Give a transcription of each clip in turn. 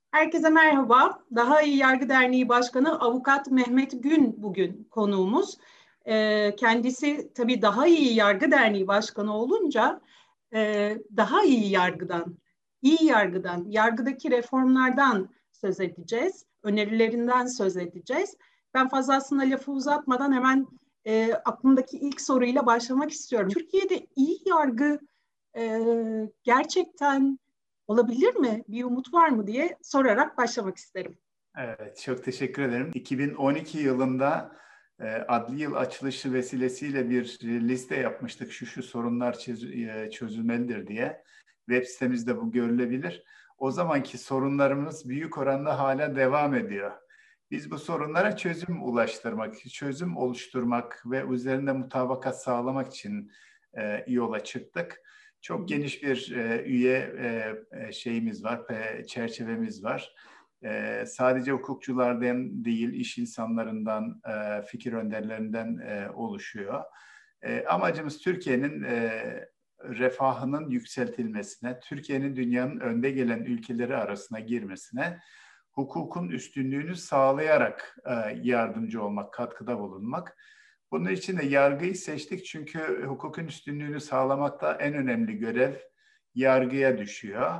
Herkese merhaba. Daha İyi Yargı Derneği Başkanı Avukat Mehmet Gün bugün konuğumuz. Kendisi tabii Daha İyi Yargı Derneği Başkanı olunca daha iyi yargıdan, iyi yargıdan, yargıdaki reformlardan söz edeceğiz, önerilerinden söz edeceğiz. Ben fazla aslında lafı uzatmadan hemen aklımdaki ilk soruyla başlamak istiyorum. Türkiye'de iyi yargı gerçekten olabilir mi? Bir umut var mı diye sorarak başlamak isterim. Evet, çok teşekkür ederim. 2012 yılında adli yıl açılışı vesilesiyle bir liste yapmıştık. Şu sorunlar çözülmelidir diye. Web sitemizde bu görülebilir. O zamanki sorunlarımız büyük oranda hala devam ediyor. Biz bu sorunlara çözüm ulaştırmak, çözüm oluşturmak ve üzerinde mutabakat sağlamak için yola çıktık. Çok geniş bir üye şeyimiz var, çerçevemiz var. Sadece hukukçulardan değil, iş insanlarından, fikir önderlerinden oluşuyor. Amacımız Türkiye'nin refahının yükseltilmesine, Türkiye'nin dünyanın önde gelen ülkeleri arasına girmesine, hukukun üstünlüğünü sağlayarak yardımcı olmak, katkıda bulunmak. Bunun için de yargıyı seçtik çünkü hukukun üstünlüğünü sağlamakta en önemli görev yargıya düşüyor.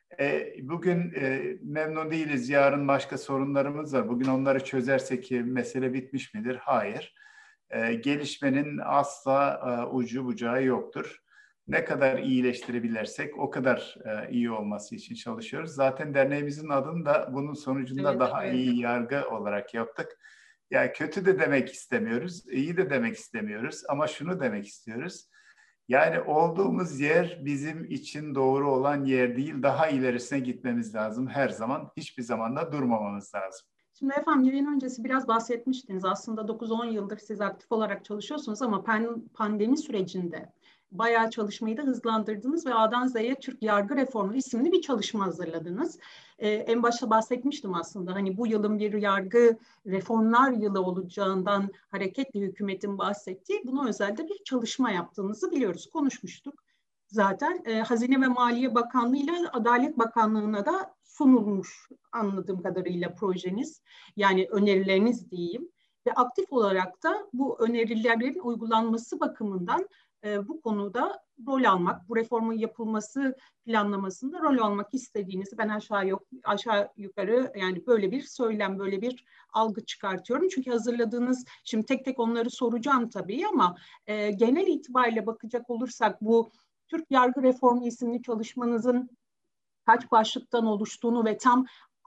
Bugün memnun değiliz, yarın başka sorunlarımız var. Bugün onları çözersek mesele bitmiş midir? Hayır. Gelişmenin asla ucu bucağı yoktur. Ne kadar iyileştirebilirsek o kadar iyi olması için çalışıyoruz. Zaten derneğimizin adını da bunun sonucunda daha iyi yargı olarak yaptık. Yani kötü de demek istemiyoruz, iyi de demek istemiyoruz ama şunu demek istiyoruz. Yani olduğumuz yer bizim için doğru olan yer değil, daha ilerisine gitmemiz lazım her zaman. Hiçbir zaman da durmamamız lazım. Şimdi efendim yayın öncesi biraz bahsetmiştiniz. Aslında 9-10 yıldır siz aktif olarak çalışıyorsunuz ama pandemi sürecinde bayağı çalışmayı da hızlandırdınız ve A'dan Z'ye Türk Yargı Reformu isimli bir çalışma hazırladınız. En başta bahsetmiştim aslında hani bu yılın bir yargı reformlar yılı olacağından hareketle hükümetin bahsettiği buna özel de bir çalışma yaptığınızı biliyoruz, konuşmuştuk. Zaten Hazine ve Maliye Bakanlığı ile Adalet Bakanlığı'na da sunulmuş anladığım kadarıyla projeniz. Yani önerileriniz diyeyim. Ve aktif olarak da bu önerilerin uygulanması bakımından bu konuda rol almak, bu reformun yapılması planlamasında rol almak istediğinizi ben aşağı yukarı yani böyle bir söylem, böyle bir algı çıkartıyorum. Çünkü hazırladığınız, şimdi tek tek onları soracağım tabii ama genel itibariyle bakacak olursak bu Türk Yargı Reformu isimli çalışmanızın kaç başlıktan oluştuğunu ve tam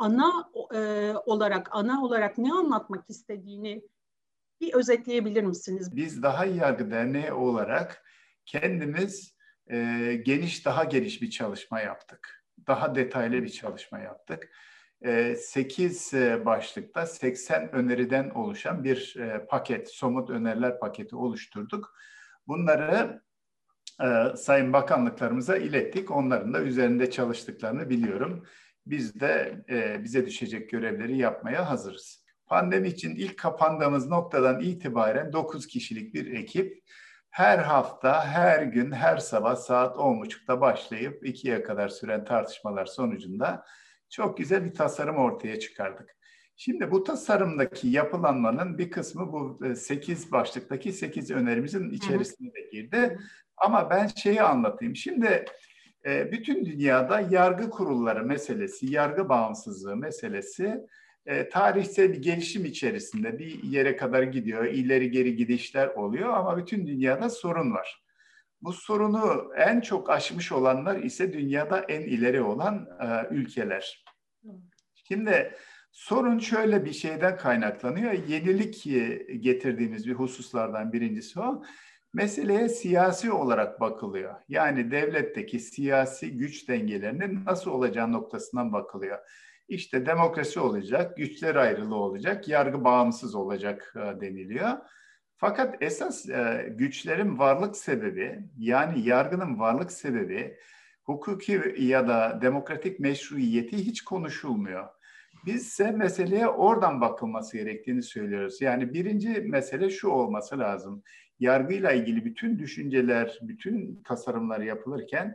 ana olarak ne anlatmak istediğini bir özetleyebilir misiniz? Biz Daha İyi Yargı Derneği olarak kendimiz daha geniş bir çalışma yaptık. Daha detaylı bir çalışma yaptık. 8 başlıkta 80 öneriden oluşan bir paket, somut öneriler paketi oluşturduk. Bunları Sayın Bakanlıklarımıza ilettik. Onların da üzerinde çalıştıklarını biliyorum. Biz de bize düşecek görevleri yapmaya hazırız. Pandemi için ilk kapandığımız noktadan itibaren 9 kişilik bir ekip her hafta, her gün, her sabah saat 10.30'da başlayıp 2'ye kadar süren tartışmalar sonucunda çok güzel bir tasarım ortaya çıkardık. Şimdi bu tasarımdaki yapılanmanın bir kısmı bu 8 başlıktaki 8 önerimizin içerisine de girdi. Ama ben şeyi anlatayım. Şimdi bütün dünyada yargı kurulları meselesi, yargı bağımsızlığı meselesi tarihsel bir gelişim içerisinde bir yere kadar gidiyor, ileri geri gidişler oluyor ama bütün dünyada sorun var. Bu sorunu en çok aşmış olanlar ise dünyada en ileri olan ülkeler. Şimdi sorun şöyle bir şeyden kaynaklanıyor. Yenilik getirdiğimiz bir hususlardan birincisi o. Meseleye siyasi olarak bakılıyor. Yani devletteki siyasi güç dengelerinin nasıl olacağı noktasından bakılıyor. İşte demokrasi olacak, güçler ayrılığı olacak, yargı bağımsız olacak deniliyor. Fakat esas güçlerin varlık sebebi, yani yargının varlık sebebi, hukuki ya da demokratik meşruiyeti hiç konuşulmuyor. Biz ise meseleye oradan bakılması gerektiğini söylüyoruz. Yani birinci mesele şu olması lazım. Yargıyla ilgili bütün düşünceler, bütün tasarımlar yapılırken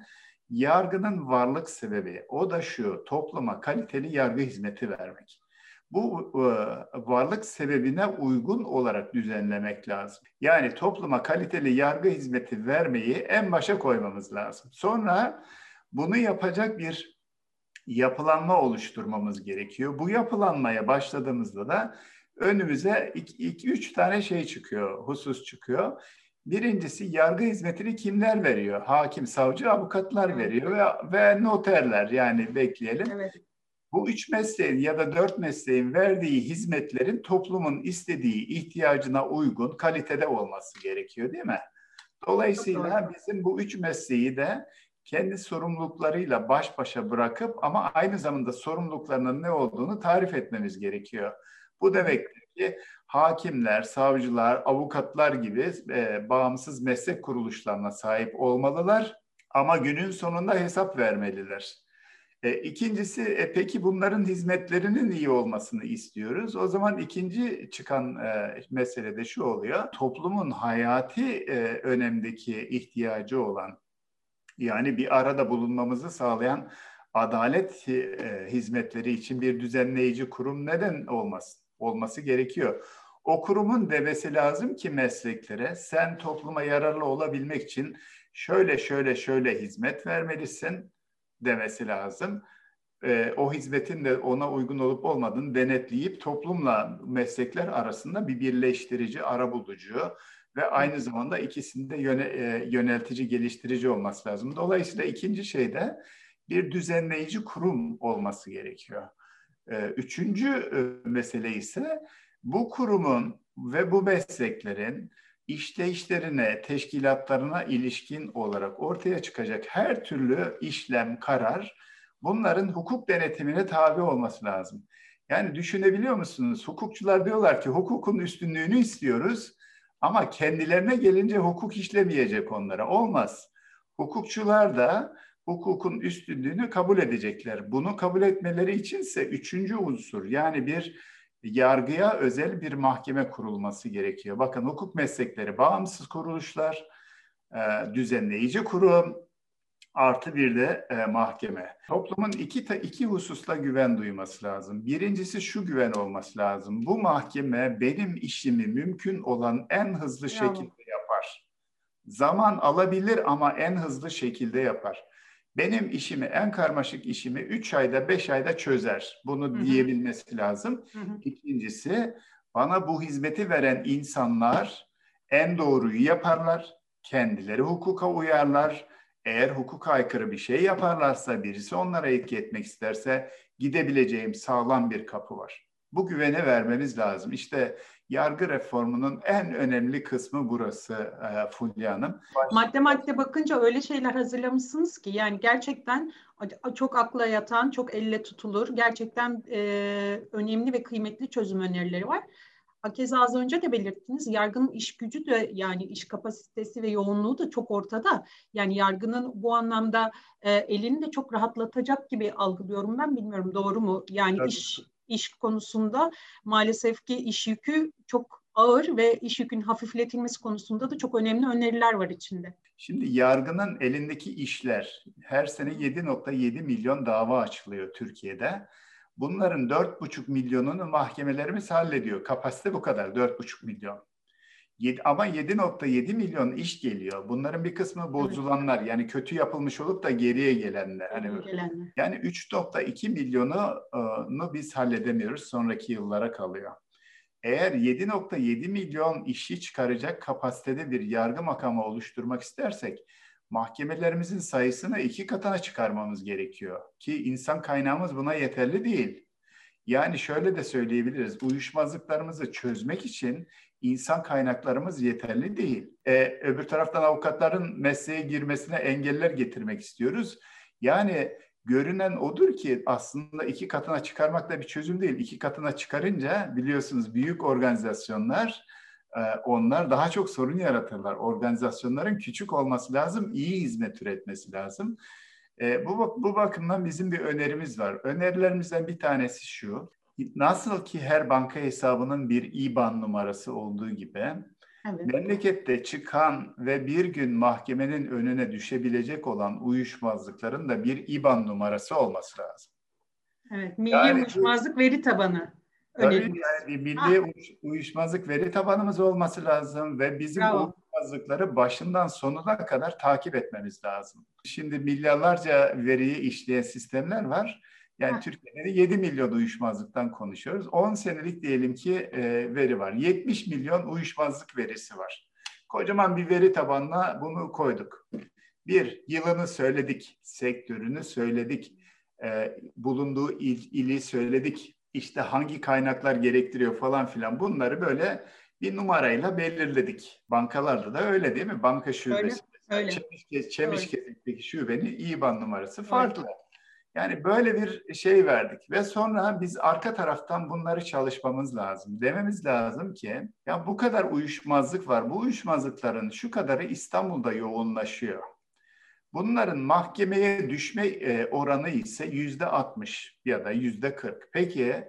Yargının varlık sebebi, o da şu: topluma kaliteli yargı hizmeti vermek. Bu varlık sebebine uygun olarak düzenlemek lazım. Yani topluma kaliteli yargı hizmeti vermeyi en başa koymamız lazım. Sonra bunu yapacak bir yapılanma oluşturmamız gerekiyor. Bu yapılanmaya başladığımızda da önümüze üç tane şey çıkıyor, husus çıkıyor. Birincisi, yargı hizmetini kimler veriyor? Hakim, savcı, avukatlar veriyor ve noterler, yani bekleyelim. Evet. Bu üç mesleğin ya da dört mesleğin verdiği hizmetlerin toplumun istediği, ihtiyacına uygun kalitede olması gerekiyor, değil mi? Dolayısıyla bizim bu üç mesleği de kendi sorumluluklarıyla baş başa bırakıp ama aynı zamanda sorumluluklarının ne olduğunu tarif etmemiz gerekiyor. Bu demektir ki hakimler, savcılar, avukatlar gibi bağımsız meslek kuruluşlarına sahip olmalılar ama günün sonunda hesap vermeliler. İkincisi, peki bunların hizmetlerinin iyi olmasını istiyoruz. O zaman ikinci çıkan mesele de şu oluyor: toplumun hayati önemdeki ihtiyacı olan, yani bir arada bulunmamızı sağlayan adalet hizmetleri için bir düzenleyici kurum neden olmasın? Olması gerekiyor. O kurumun demesi lazım ki mesleklere, sen topluma yararlı olabilmek için şöyle hizmet vermelisin demesi lazım. O hizmetin de ona uygun olup olmadığını denetleyip toplumla meslekler arasında bir birleştirici, arabulucu ve aynı zamanda ikisinde yöneltici, geliştirici olması lazım. Dolayısıyla ikinci şey de bir düzenleyici kurum olması gerekiyor. Üçüncü mesele ise bu kurumun ve bu mesleklerin işleyişlerine, teşkilatlarına ilişkin olarak ortaya çıkacak her türlü işlem, karar, bunların hukuk denetimine tabi olması lazım. Yani düşünebiliyor musunuz? Hukukçular diyorlar ki hukukun üstünlüğünü istiyoruz ama kendilerine gelince hukuk işlemeyecek onlara. Olmaz. Hukukçular da hukukun üstünlüğünü kabul edecekler. Bunu kabul etmeleri içinse üçüncü unsur, yani bir yargıya özel bir mahkeme kurulması gerekiyor. Bakın, hukuk meslekleri bağımsız kuruluşlar, düzenleyici kurum, artı bir de mahkeme. Toplumun iki hususla güven duyması lazım. Birincisi şu güven olması lazım: bu mahkeme benim işimi mümkün olan en hızlı şekilde yapar. Zaman alabilir ama en hızlı şekilde yapar. Benim işimi, en karmaşık işimi 3 ayda, 5 ayda çözer. Bunu diyebilmesi lazım. İkincisi, bana bu hizmeti veren insanlar en doğruyu yaparlar. Kendileri hukuka uyarlar. Eğer hukuka aykırı bir şey yaparlarsa, birisi onlara etki etmek isterse, gidebileceğim sağlam bir kapı var. Bu güvene vermemiz lazım. İşte yargı reformunun en önemli kısmı burası Fulya Hanım. Madde madde bakınca öyle şeyler hazırlamışsınız ki yani gerçekten çok akla yatan, çok elle tutulur, gerçekten önemli ve kıymetli çözüm önerileri var. Hakeza az önce de belirttiniz, yargının iş gücü de, yani iş kapasitesi ve yoğunluğu da çok ortada. Yani yargının bu anlamda elini de çok rahatlatacak gibi algılıyorum ben, bilmiyorum doğru mu? Yani Tabii. iş konusunda maalesef ki iş yükü çok ağır ve iş yükünün hafifletilmesi konusunda da çok önemli öneriler var içinde. Şimdi yargının elindeki işler, her sene 7,7 milyon dava açılıyor Türkiye'de. Bunların 4,5 milyonunu mahkemelerimiz hallediyor. Kapasite bu kadar, 4,5 milyon. Ama 7,7 milyon iş geliyor. Bunların bir kısmı bozulanlar, yani kötü yapılmış olup da geriye gelenler. Yani 3,2 milyonu biz halledemiyoruz, sonraki yıllara kalıyor. Eğer 7,7 milyon işi çıkaracak kapasitede bir yargı makamı oluşturmak istersek, mahkemelerimizin sayısını 2 katına çıkarmamız gerekiyor. Ki insan kaynağımız buna yeterli değil. Yani şöyle de söyleyebiliriz: uyuşmazlıklarımızı çözmek için insan kaynaklarımız yeterli değil. Öbür taraftan avukatların mesleğe girmesine engeller getirmek istiyoruz. Yani görünen odur ki aslında 2 katına çıkarmak da bir çözüm değil. 2 katına çıkarınca biliyorsunuz büyük organizasyonlar, onlar daha çok sorun yaratırlar. Organizasyonların küçük olması lazım, iyi hizmet üretmesi lazım. Bu bakımdan bizim bir önerimiz var. Önerilerimizden bir tanesi şu: nasıl ki her banka hesabının bir IBAN numarası olduğu gibi, Evet. Memlekette çıkan ve bir gün mahkemenin önüne düşebilecek olan uyuşmazlıkların da bir İBAN numarası olması lazım. Evet. Milli Yani Uyuşmazlık Veri Tabanı tabii öneriniz. yani bir milli Ah, uyuşmazlık veri tabanımız olması lazım ve bizim o bravo. uyuşmazlıkları başından sonuna kadar takip etmemiz lazım. Şimdi milyarlarca veriyi işleyen sistemler var. Yani Ah, Türkiye'de 7 milyon uyuşmazlıktan konuşuyoruz. 10 senelik diyelim ki veri var. 70 milyon uyuşmazlık verisi var. Kocaman bir veri tabanına bunu koyduk. Bir, yılını söyledik, sektörünü söyledik, bulunduğu ili söyledik, işte hangi kaynaklar gerektiriyor falan filan bunları böyle bir numarayla belirledik. Bankalarda da öyle değil mi? Banka öyle. şubesi mesela Öyle. Doğru. Çemişkent'teki şubenin IBAN numarası Doğru. farklı. Yani böyle bir şey verdik ve sonra biz arka taraftan bunları çalışmamız lazım. Dememiz lazım ki ya bu kadar uyuşmazlık var. Bu uyuşmazlıkların şu kadarı İstanbul'da yoğunlaşıyor. Bunların mahkemeye düşme oranı ise %60 ya da %40. Peki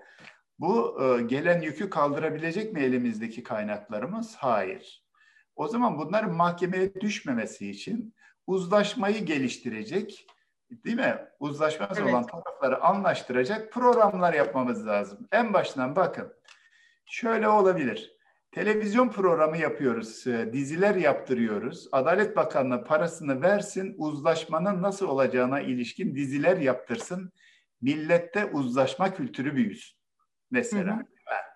bu gelen yükü kaldırabilecek mi elimizdeki kaynaklarımız? Hayır. O zaman bunların mahkemeye düşmemesi için uzlaşmayı geliştirecek, değil mi? Uzlaşması olan Evet. tarafları anlaştıracak programlar yapmamız lazım. En baştan bakın. Şöyle olabilir. Televizyon programı yapıyoruz, diziler yaptırıyoruz. Adalet Bakanlığı parasını versin, uzlaşmanın nasıl olacağına ilişkin diziler yaptırsın. Millette uzlaşma kültürü büyüsün Hı mesela. hı.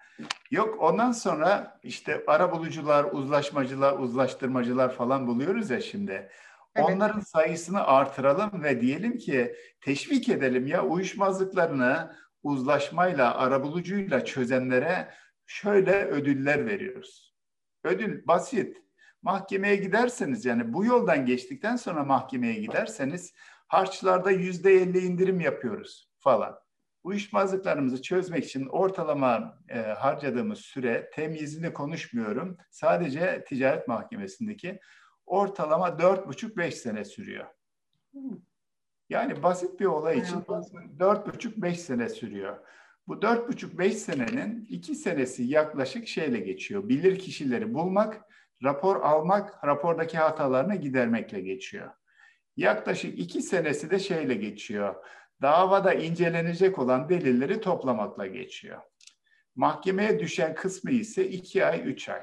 Yok ondan sonra işte arabulucular, uzlaşmacılar, uzlaştırmacılar falan buluyoruz ya şimdi. Evet. Onların sayısını artıralım ve diyelim ki teşvik edelim ya uyuşmazlıklarını uzlaşmayla, arabulucuyla çözenlere şöyle ödüller veriyoruz. Ödül basit. Mahkemeye giderseniz yani bu yoldan geçtikten sonra mahkemeye giderseniz harçlarda %50 indirim yapıyoruz falan. Uyuşmazlıklarımızı çözmek için ortalama harcadığımız süre, temyizini konuşmuyorum, sadece ticaret mahkemesindeki ortalama 4,5-5 sene sürüyor. Hı, Yani basit bir olay bayağı için fazla. 4,5-5 sene sürüyor. Bu 4,5-5 senenin 2 senesi yaklaşık şeyle geçiyor. Bilir kişileri bulmak, rapor almak, rapordaki hatalarını gidermekle geçiyor. Yaklaşık 2 senesi de şeyle geçiyor. Davada incelenecek olan delilleri toplamakla geçiyor. Mahkemeye düşen kısmı ise 2 ay, 3 ay.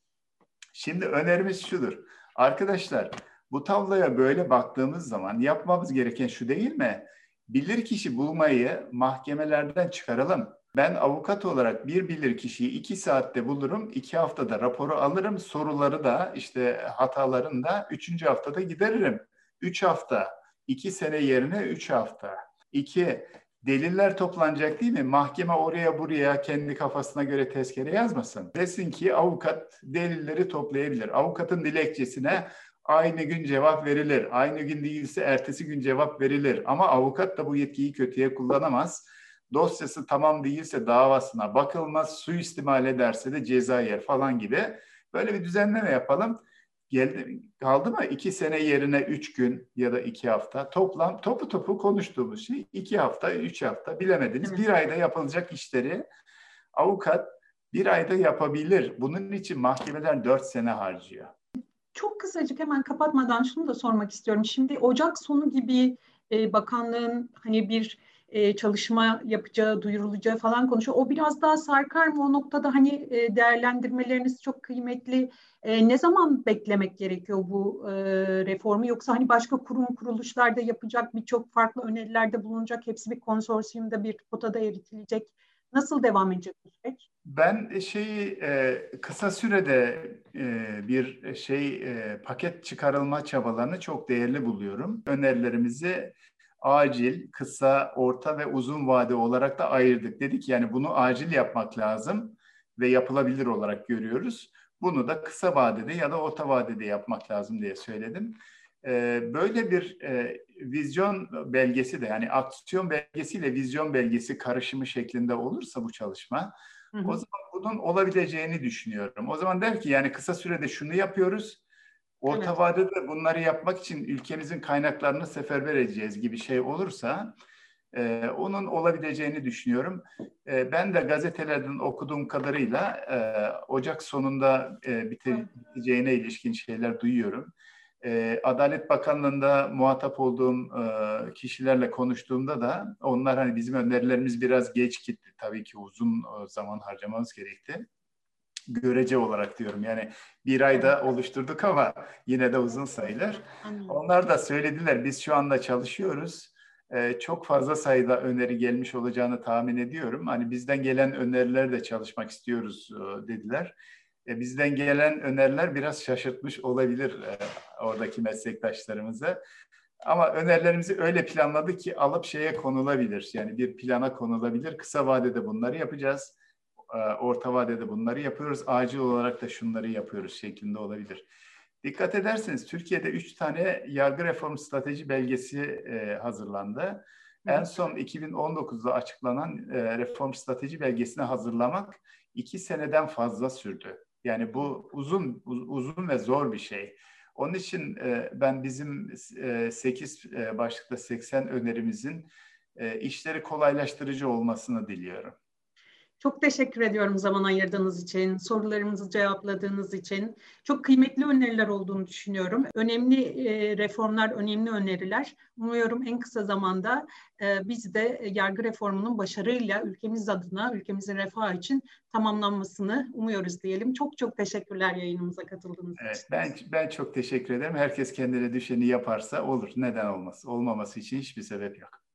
Şimdi önerimiz şudur. Arkadaşlar bu tabloya böyle baktığımız zaman yapmamız gereken şu değil mi? Bilirkişi bulmayı mahkemelerden çıkaralım. Ben avukat olarak bir bilirkişiyi 2 saatte bulurum, 2 haftada raporu alırım, soruları da işte hatalarını da 3. haftada gideririm. 3 hafta, 2 sene yerine 3 hafta. İki, deliller toplanacak değil mi? Mahkeme oraya buraya kendi kafasına göre tezkere yazmasın. Desin ki avukat delilleri toplayabilir. Avukatın dilekçesine aynı gün cevap verilir. Aynı gün değilse ertesi gün cevap verilir. Ama avukat da bu yetkiyi kötüye kullanamaz. Dosyası tamam değilse davasına bakılmaz. Suistimal ederse de ceza yer falan gibi. Böyle bir düzenleme yapalım. Kaldı mı 2 sene yerine 3 gün ya da 2 hafta toplam topu topu konuştuğumuz şey 2 hafta, 3 hafta bilemediniz. Evet. Bir ayda yapılacak işleri avukat bir ayda yapabilir. Bunun için mahkemeler 4 sene harcıyor. Çok kısacık hemen kapatmadan şunu da sormak istiyorum. Şimdi Ocak sonu gibi bakanlığın hani bir çalışma yapacağı, duyurulacağı falan konuşuyor. O biraz daha sarkar mı o noktada hani değerlendirmeleriniz çok kıymetli. Ne zaman beklemek gerekiyor bu reformu? Yoksa hani başka kurum kuruluşlarda yapacak birçok farklı önerilerde bulunacak, hepsi bir konsorsiyumda bir potada eritilecek. Nasıl devam edecek bu süreç? Ben kısa sürede bir paket çıkarılma çabalarını çok değerli buluyorum. Önerilerimizi acil, kısa, orta ve uzun vade olarak da ayırdık. Dedik yani bunu acil yapmak lazım ve yapılabilir olarak görüyoruz. Bunu da kısa vadede ya da orta vadede yapmak lazım diye söyledim. Böyle bir vizyon belgesi de yani aksiyon belgesiyle vizyon belgesi karışımı şeklinde olursa bu çalışma Hı o hı. zaman bunun olabileceğini düşünüyorum. O zaman der ki yani kısa sürede şunu yapıyoruz. Orta Evet. vadede bunları yapmak için ülkemizin kaynaklarını seferber edeceğiz gibi şey olursa Onun olabileceğini düşünüyorum. Ben de gazetelerden okuduğum kadarıyla Ocak sonunda biteceğine ilişkin şeyler duyuyorum. Adalet Bakanlığı'nda muhatap olduğum kişilerle konuştuğumda da onlar hani bizim önerilerimiz biraz geç gitti. Tabii ki uzun zaman harcamamız gerekti. Görece olarak diyorum. Yani bir ayda oluşturduk ama yine de uzun sayılır. Onlar da söylediler. Biz şu anda çalışıyoruz. Çok fazla sayıda öneri gelmiş olacağını tahmin ediyorum. Hani bizden gelen öneriler de çalışmak istiyoruz dediler. Bizden gelen öneriler biraz şaşırtmış olabilir oradaki meslektaşlarımızı. Ama önerilerimizi öyle planladık ki alıp şeye konulabilir. Yani bir plana konulabilir. Kısa vadede bunları yapacağız. Orta vadede bunları yapıyoruz. Acil olarak da şunları yapıyoruz şeklinde olabilir. Dikkat ederseniz Türkiye'de 3 tane yargı reform strateji belgesi hazırlandı. En son 2019'da açıklanan reform strateji belgesini hazırlamak 2 seneden fazla sürdü. Yani bu uzun ve zor bir şey. Onun için ben bizim 8 başlıkta 80 önerimizin işleri kolaylaştırıcı olmasını diliyorum. Çok teşekkür ediyorum zaman ayırdığınız için, sorularımızı cevapladığınız için. Çok kıymetli öneriler olduğunu düşünüyorum. Önemli reformlar, önemli öneriler. Umuyorum en kısa zamanda biz de yargı reformunun başarıyla ülkemiz adına, ülkemizin refahı için tamamlanmasını umuyoruz diyelim. Çok çok teşekkürler yayınımıza katıldığınız için. Ben çok teşekkür ederim. Herkes kendine düşeni yaparsa olur. Neden olmasın? Olmaması için hiçbir sebep yok.